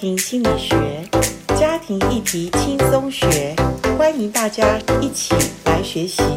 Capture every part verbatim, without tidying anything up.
庭心理学，家庭议题轻松学，欢迎大家一起来学习。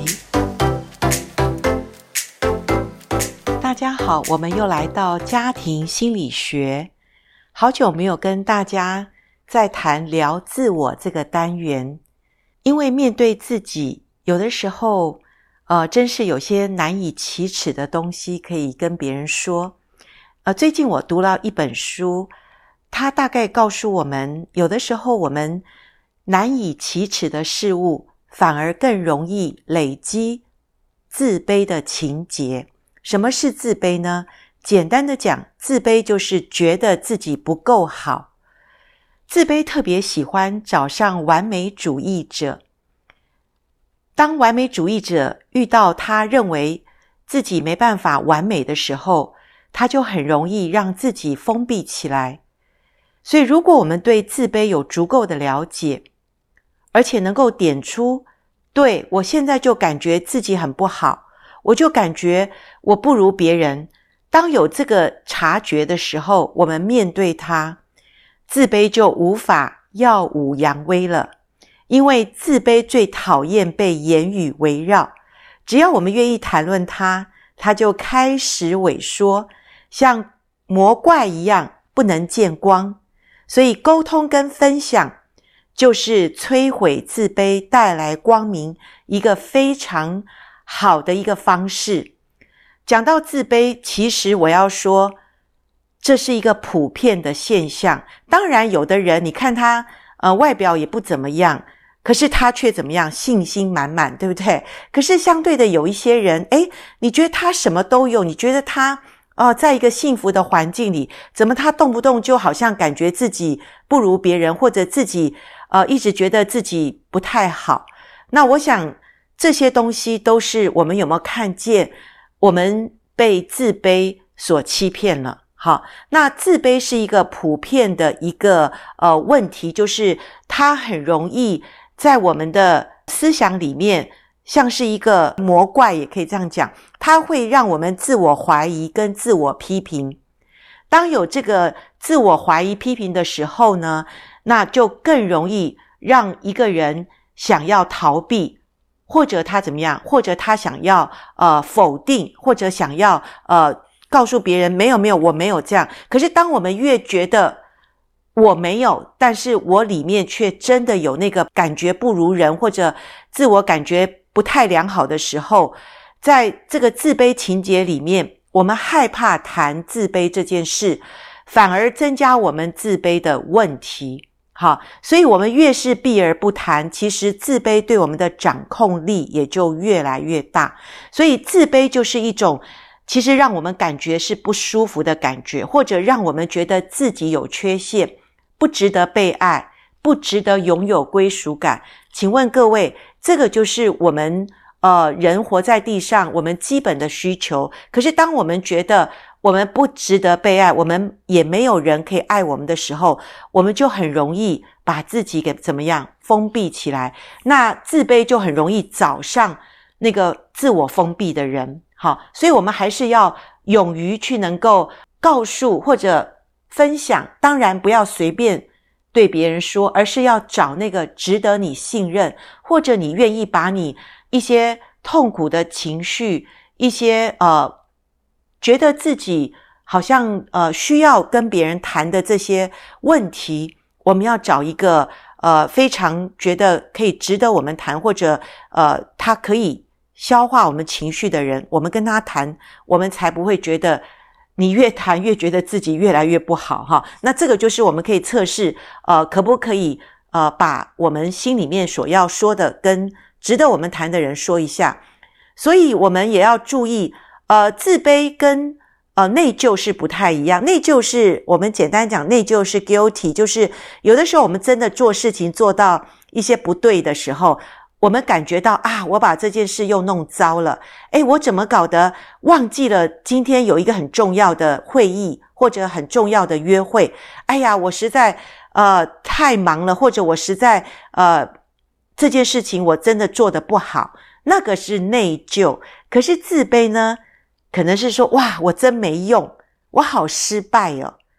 大家好，我们又来到家庭心理学，好久没有跟大家在谈聊自我这个单元，因为面对自己，有的时候呃，真是有些难以启齿的东西可以跟别人说。呃，最近我读了一本书，它大概告诉我们，有的时候我们难以启齿的事物，反而更容易累积自卑的情节。什么是自卑呢？简单的讲，自卑就是觉得自己不够好。自卑特别喜欢找上完美主义者。当完美主义者遇到他认为自己没办法完美的时候，他就很容易让自己封闭起来。所以如果我们对自卑有足够的了解，而且能够点出，对，我现在就感觉自己很不好，我就感觉我不如别人。当有这个察觉的时候，我们面对它，自卑就无法耀武扬威了。因为自卑最讨厌被言语围绕，只要我们愿意谈论它，它就开始萎缩，像魔怪一样不能见光。所以沟通跟分享就是摧毁自卑带来光明一个非常好的一个方式。讲到自卑，其实我要说这是一个普遍的现象。当然有的人你看他呃外表也不怎么样，可是他却怎么样？信心满满，对不对？可是相对的有一些人，诶，你觉得他什么都有，你觉得他呃在一个幸福的环境里，怎么他动不动就好像感觉自己不如别人，或者自己呃一直觉得自己不太好。那我想这些东西都是我们有没有看见我们被自卑所欺骗了。好，那自卑是一个普遍的一个呃问题，就是它很容易在我们的思想里面像是一个魔怪，也可以这样讲，它会让我们自我怀疑跟自我批评。当有这个自我怀疑批评的时候呢，那就更容易让一个人想要逃避，或者他怎么样，或者他想要呃否定，或者想要呃告诉别人没有没有我没有这样。可是当我们越觉得我没有，但是我里面却真的有那个感觉不如人，或者自我感觉不太良好的时候，在这个自卑情节里面，我们害怕谈自卑这件事，反而增加我们自卑的问题。好，所以我们越是避而不谈，其实自卑对我们的掌控力也就越来越大。所以自卑就是一种其实让我们感觉是不舒服的感觉，或者让我们觉得自己有缺陷，不值得被爱，不值得拥有归属感。请问各位，这个就是我们呃人活在地上我们基本的需求。可是当我们觉得我们不值得被爱，我们也没有人可以爱我们的时候，我们就很容易把自己给怎么样封闭起来。那自卑就很容易找上那个自我封闭的人。好，所以我们还是要勇于去能够告诉或者分享，当然不要随便对别人说，而是要找那个值得你信任，或者你愿意把你一些痛苦的情绪，一些呃觉得自己好像呃需要跟别人谈的这些问题，我们要找一个呃非常觉得可以值得我们谈，或者呃他可以消化我们情绪的人，我们跟他谈，我们才不会觉得你越谈越觉得自己越来越不好哈。那这个就是我们可以测试呃可不可以呃把我们心里面所要说的跟值得我们谈的人说一下。所以我们也要注意呃自卑跟呃内疚是不太一样。内疚是我们简单讲，内疚是 guilty， 就是有的时候我们真的做事情做到一些不对的时候，我们感觉到啊，我把这件事又弄糟了，诶，我怎么搞得忘记了今天有一个很重要的会议，或者很重要的约会，哎呀，我实在呃太忙了，或者我实在呃这件事情我真的做得不好，那个是内疚。可是自卑呢，可能是说哇，我真没用，我好失败哦。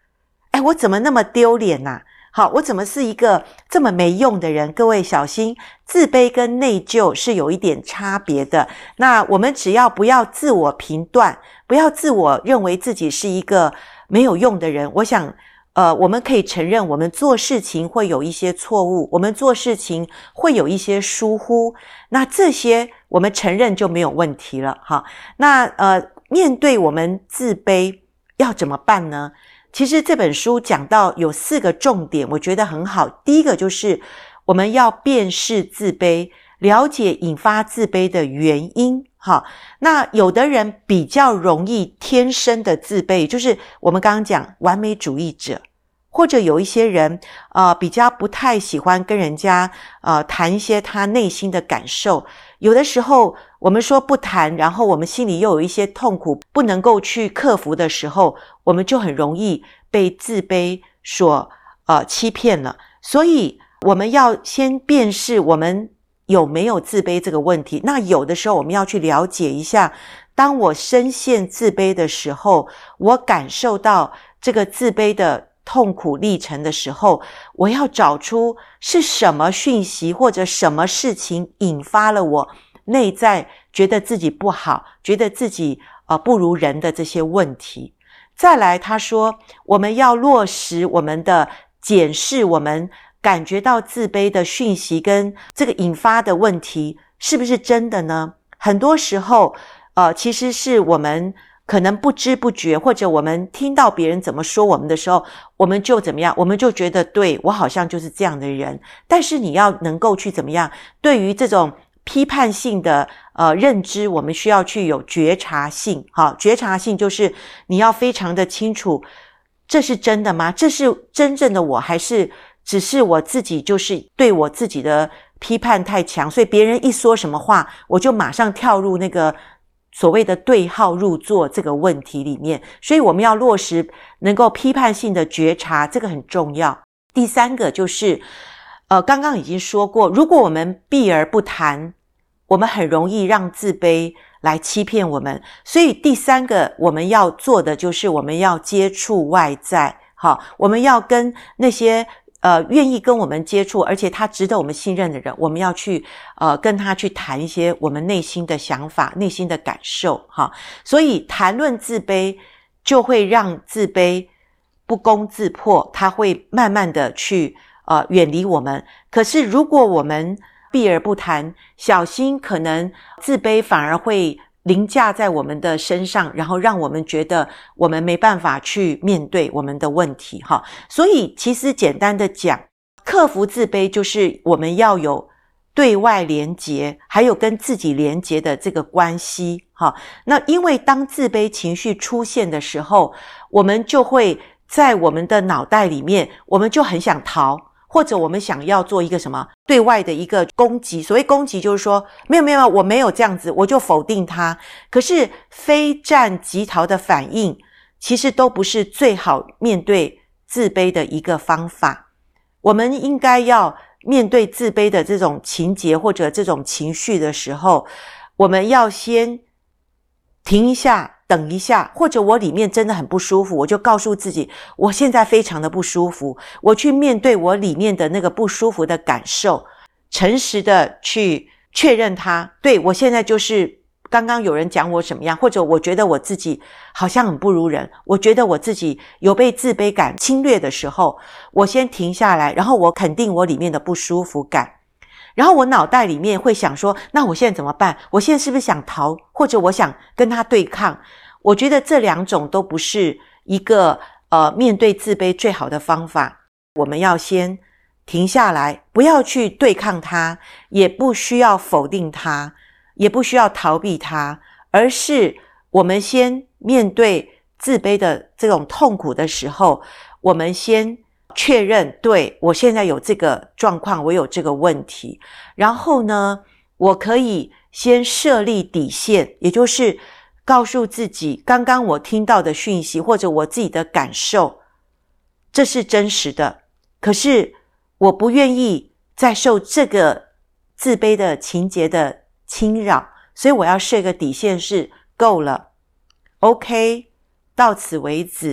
哎，我怎么那么丢脸啊？好，我怎么是一个这么没用的人？各位小心，自卑跟内疚是有一点差别的。那我们只要不要自我评断，不要自我认为自己是一个没有用的人，我想呃，我们可以承认我们做事情会有一些错误，我们做事情会有一些疏忽，那这些我们承认就没有问题了哈。那呃，面对我们自卑要怎么办呢？其实这本书讲到有四个重点，我觉得很好。第一个就是我们要辨识自卑，了解引发自卑的原因。好，那有的人比较容易天生的自卑，就是我们刚刚讲完美主义者，或者有一些人呃比较不太喜欢跟人家呃谈一些他内心的感受。有的时候我们说不谈，然后我们心里又有一些痛苦不能够去克服的时候，我们就很容易被自卑所呃欺骗了。所以我们要先辨识我们有没有自卑这个问题。那有的时候我们要去了解一下，当我深陷自卑的时候，我感受到这个自卑的痛苦历程的时候，我要找出是什么讯息或者什么事情引发了我内在觉得自己不好，觉得自己呃不如人的这些问题。再来他说，我们要落实我们的检视我们感觉到自卑的讯息跟这个引发的问题是不是真的呢？很多时候呃其实是我们可能不知不觉，或者我们听到别人怎么说我们的时候，我们就怎么样，我们就觉得对，我好像就是这样的人。但是你要能够去怎么样，对于这种批判性的呃认知，我们需要去有觉察性。好，觉察性就是你要非常的清楚，这是真的吗？这是真正的我，还是只是我自己就是对我自己的批判太强，所以别人一说什么话，我就马上跳入那个所谓的对号入座这个问题里面。所以我们要落实能够批判性的觉察，这个很重要。第三个就是呃，刚刚已经说过，如果我们避而不谈，我们很容易让自卑来欺骗我们。所以第三个我们要做的就是我们要接触外在。好，我们要跟那些呃，愿意跟我们接触，而且他值得我们信任的人，我们要去呃跟他去谈一些我们内心的想法、内心的感受哈。所以谈论自卑就会让自卑不攻自破，他会慢慢的去呃远离我们。可是如果我们避而不谈，小心可能自卑反而会凌驾在我们的身上，然后让我们觉得我们没办法去面对我们的问题哈。所以其实简单的讲，克服自卑就是我们要有对外连结，还有跟自己连结的这个关系哈。那因为当自卑情绪出现的时候，我们就会在我们的脑袋里面，我们就很想逃，或者我们想要做一个什么对外的一个攻击。所谓攻击就是说没有没有我没有这样子，我就否定它。可是非战即逃的反应其实都不是最好面对自卑的一个方法。我们应该要面对自卑的这种情节或者这种情绪的时候，我们要先停一下，等一下，或者我里面真的很不舒服，我就告诉自己我现在非常的不舒服，我去面对我里面的那个不舒服的感受，诚实的去确认它。对，我现在就是刚刚有人讲我怎么样，或者我觉得我自己好像很不如人，我觉得我自己有被自卑感侵略的时候，我先停下来，然后我肯定我里面的不舒服感，然后我脑袋里面会想说，那我现在怎么办？我现在是不是想逃，或者我想跟他对抗？我觉得这两种都不是一个呃面对自卑最好的方法。我们要先停下来，不要去对抗它，也不需要否定它，也不需要逃避它，而是我们先面对自卑的这种痛苦的时候，我们先确认，对，我现在有这个状况，我有这个问题。然后呢，我可以先设立底线，也就是告诉自己，刚刚我听到的讯息或者我自己的感受，这是真实的，可是我不愿意再受这个自卑的情节的侵扰，所以我要设个底线是够了， OK， 到此为止，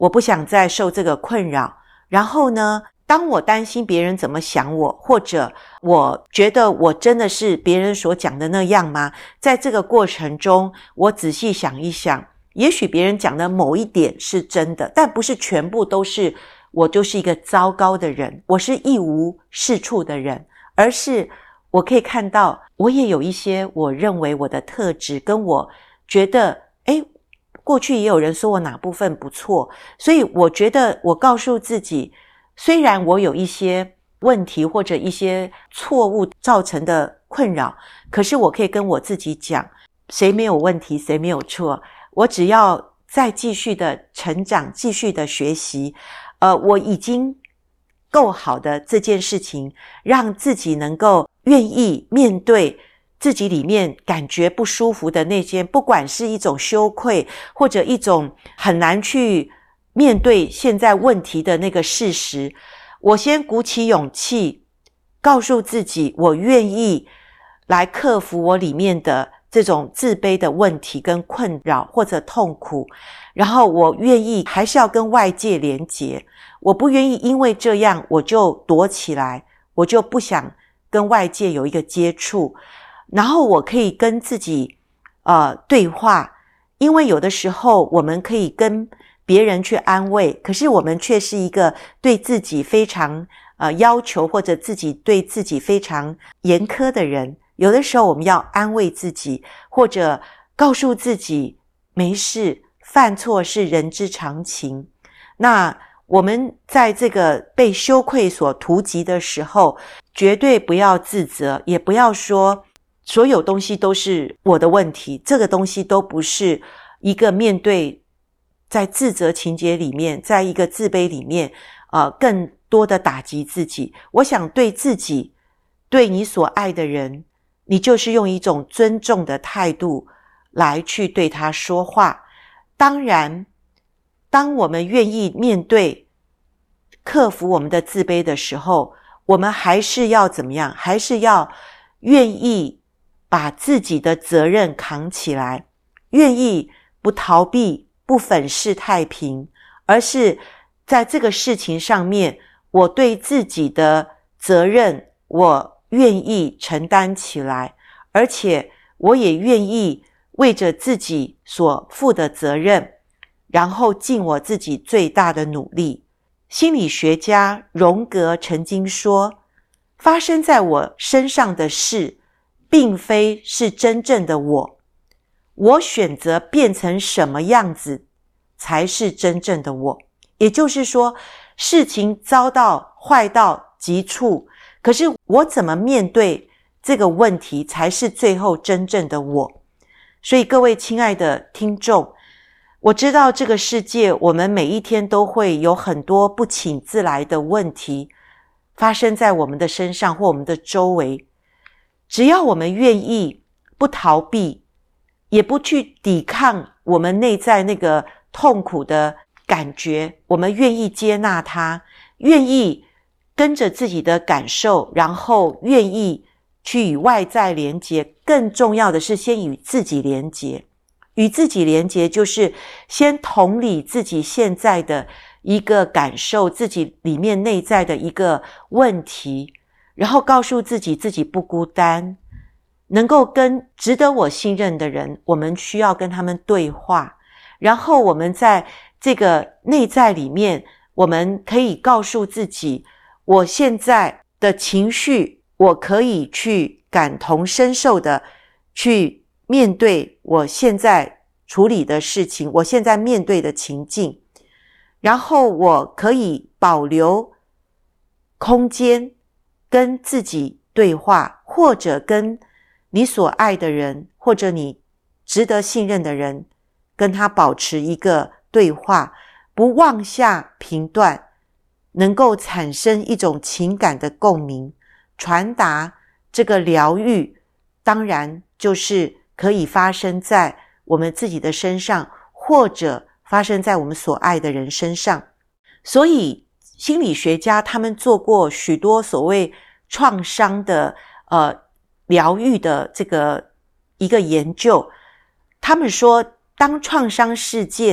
我不想再受这个困扰。然后呢，当我担心别人怎么想我，或者我觉得我真的是别人所讲的那样吗？在这个过程中，我仔细想一想，也许别人讲的某一点是真的，但不是全部都是我就是一个糟糕的人，我是一无是处的人，而是我可以看到我也有一些我认为我的特质，跟我觉得诶过去也有人说我哪部分不错，所以我觉得我告诉自己，虽然我有一些问题或者一些错误造成的困扰，可是我可以跟我自己讲，谁没有问题，谁没有错，我只要再继续的成长，继续的学习，呃，我已经够好的这件事情，让自己能够愿意面对自己里面感觉不舒服的那些，不管是一种羞愧，或者一种很难去面对现在问题的那个事实，我先鼓起勇气，告诉自己，我愿意来克服我里面的这种自卑的问题跟困扰或者痛苦，然后我愿意还是要跟外界连结，我不愿意因为这样我就躲起来，我就不想跟外界有一个接触，然后我可以跟自己呃对话，因为有的时候我们可以跟别人去安慰，可是我们却是一个对自己非常呃要求，或者自己对自己非常严苛的人。有的时候我们要安慰自己，或者告诉自己没事，犯错是人之常情。那我们在这个被羞愧所荼疾的时候，绝对不要自责，也不要说所有东西都是我的问题，这个东西都不是一个面对在自责情节里面，在一个自卑里面呃，更多的打击自己。我想对自己，对你所爱的人，你就是用一种尊重的态度来去对他说话。当然，当我们愿意面对克服我们的自卑的时候，我们还是要怎么样？还是要愿意把自己的责任扛起来，愿意不逃避，不粉饰太平，而是在这个事情上面，我对自己的责任我愿意承担起来，而且我也愿意为着自己所负的责任，然后尽我自己最大的努力。心理学家荣格曾经说，发生在我身上的事并非是真正的我，我选择变成什么样子才是真正的我。也就是说，事情遭到坏到极处，可是我怎么面对这个问题才是最后真正的我。所以各位亲爱的听众，我知道这个世界我们每一天都会有很多不请自来的问题发生在我们的身上或我们的周围，只要我们愿意不逃避，也不去抵抗我们内在那个痛苦的感觉，我们愿意接纳它，愿意跟着自己的感受，然后愿意去与外在连结，更重要的是先与自己连结。与自己连结就是先同理自己现在的一个感受，自己里面内在的一个问题，然后告诉自己自己不孤单，能够跟值得我信任的人，我们需要跟他们对话，然后我们在这个内在里面，我们可以告诉自己，我现在的情绪，我可以去感同身受的去面对我现在处理的事情，我现在面对的情境，然后我可以保留空间跟自己对话，或者跟你所爱的人，或者你值得信任的人，跟他保持一个对话，不妄下评断，能够产生一种情感的共鸣，传达这个疗愈，当然就是可以发生在我们自己的身上，或者发生在我们所爱的人身上。所以心理学家他们做过许多所谓创伤的呃疗愈的这个一个研究，他们说当创伤事件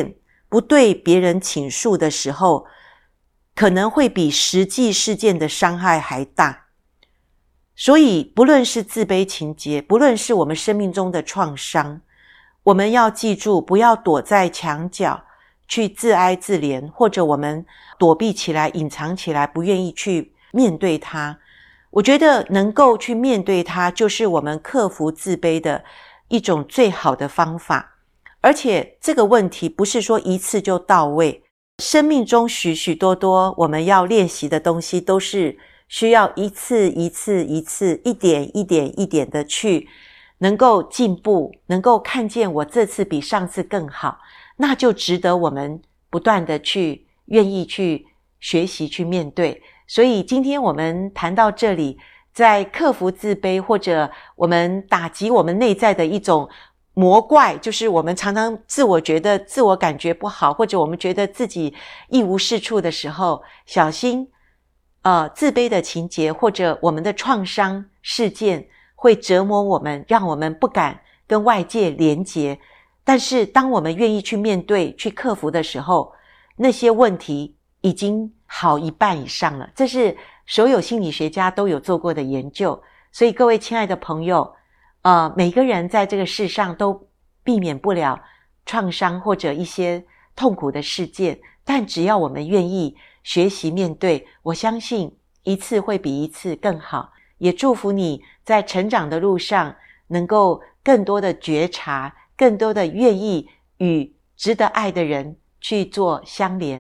不对别人倾诉的时候，可能会比实际事件的伤害还大。所以不论是自卑情节，不论是我们生命中的创伤，我们要记住，不要躲在墙角去自哀自怜，或者我们躲避起来，隐藏起来，不愿意去面对它。我觉得能够去面对它，就是我们克服自卑的一种最好的方法。而且这个问题不是说一次就到位，生命中许许多多我们要练习的东西，都是需要一次一次一次，一点一点一点的去能够进步，能够看见我这次比上次更好，那就值得我们不断的去愿意去学习去面对。所以今天我们谈到这里，在克服自卑，或者我们打击我们内在的一种魔怪，就是我们常常自我觉得自我感觉不好，或者我们觉得自己一无是处的时候，小心呃，自卑的情节或者我们的创伤事件会折磨我们，让我们不敢跟外界连结。但是当我们愿意去面对去克服的时候，那些问题已经好一半以上了，这是所有心理学家都有做过的研究。所以各位亲爱的朋友，呃，每个人在这个世上都避免不了创伤或者一些痛苦的事件，但只要我们愿意学习面对，我相信一次会比一次更好。也祝福你在成长的路上能够更多的觉察，更多的愿意与值得爱的人去做相连。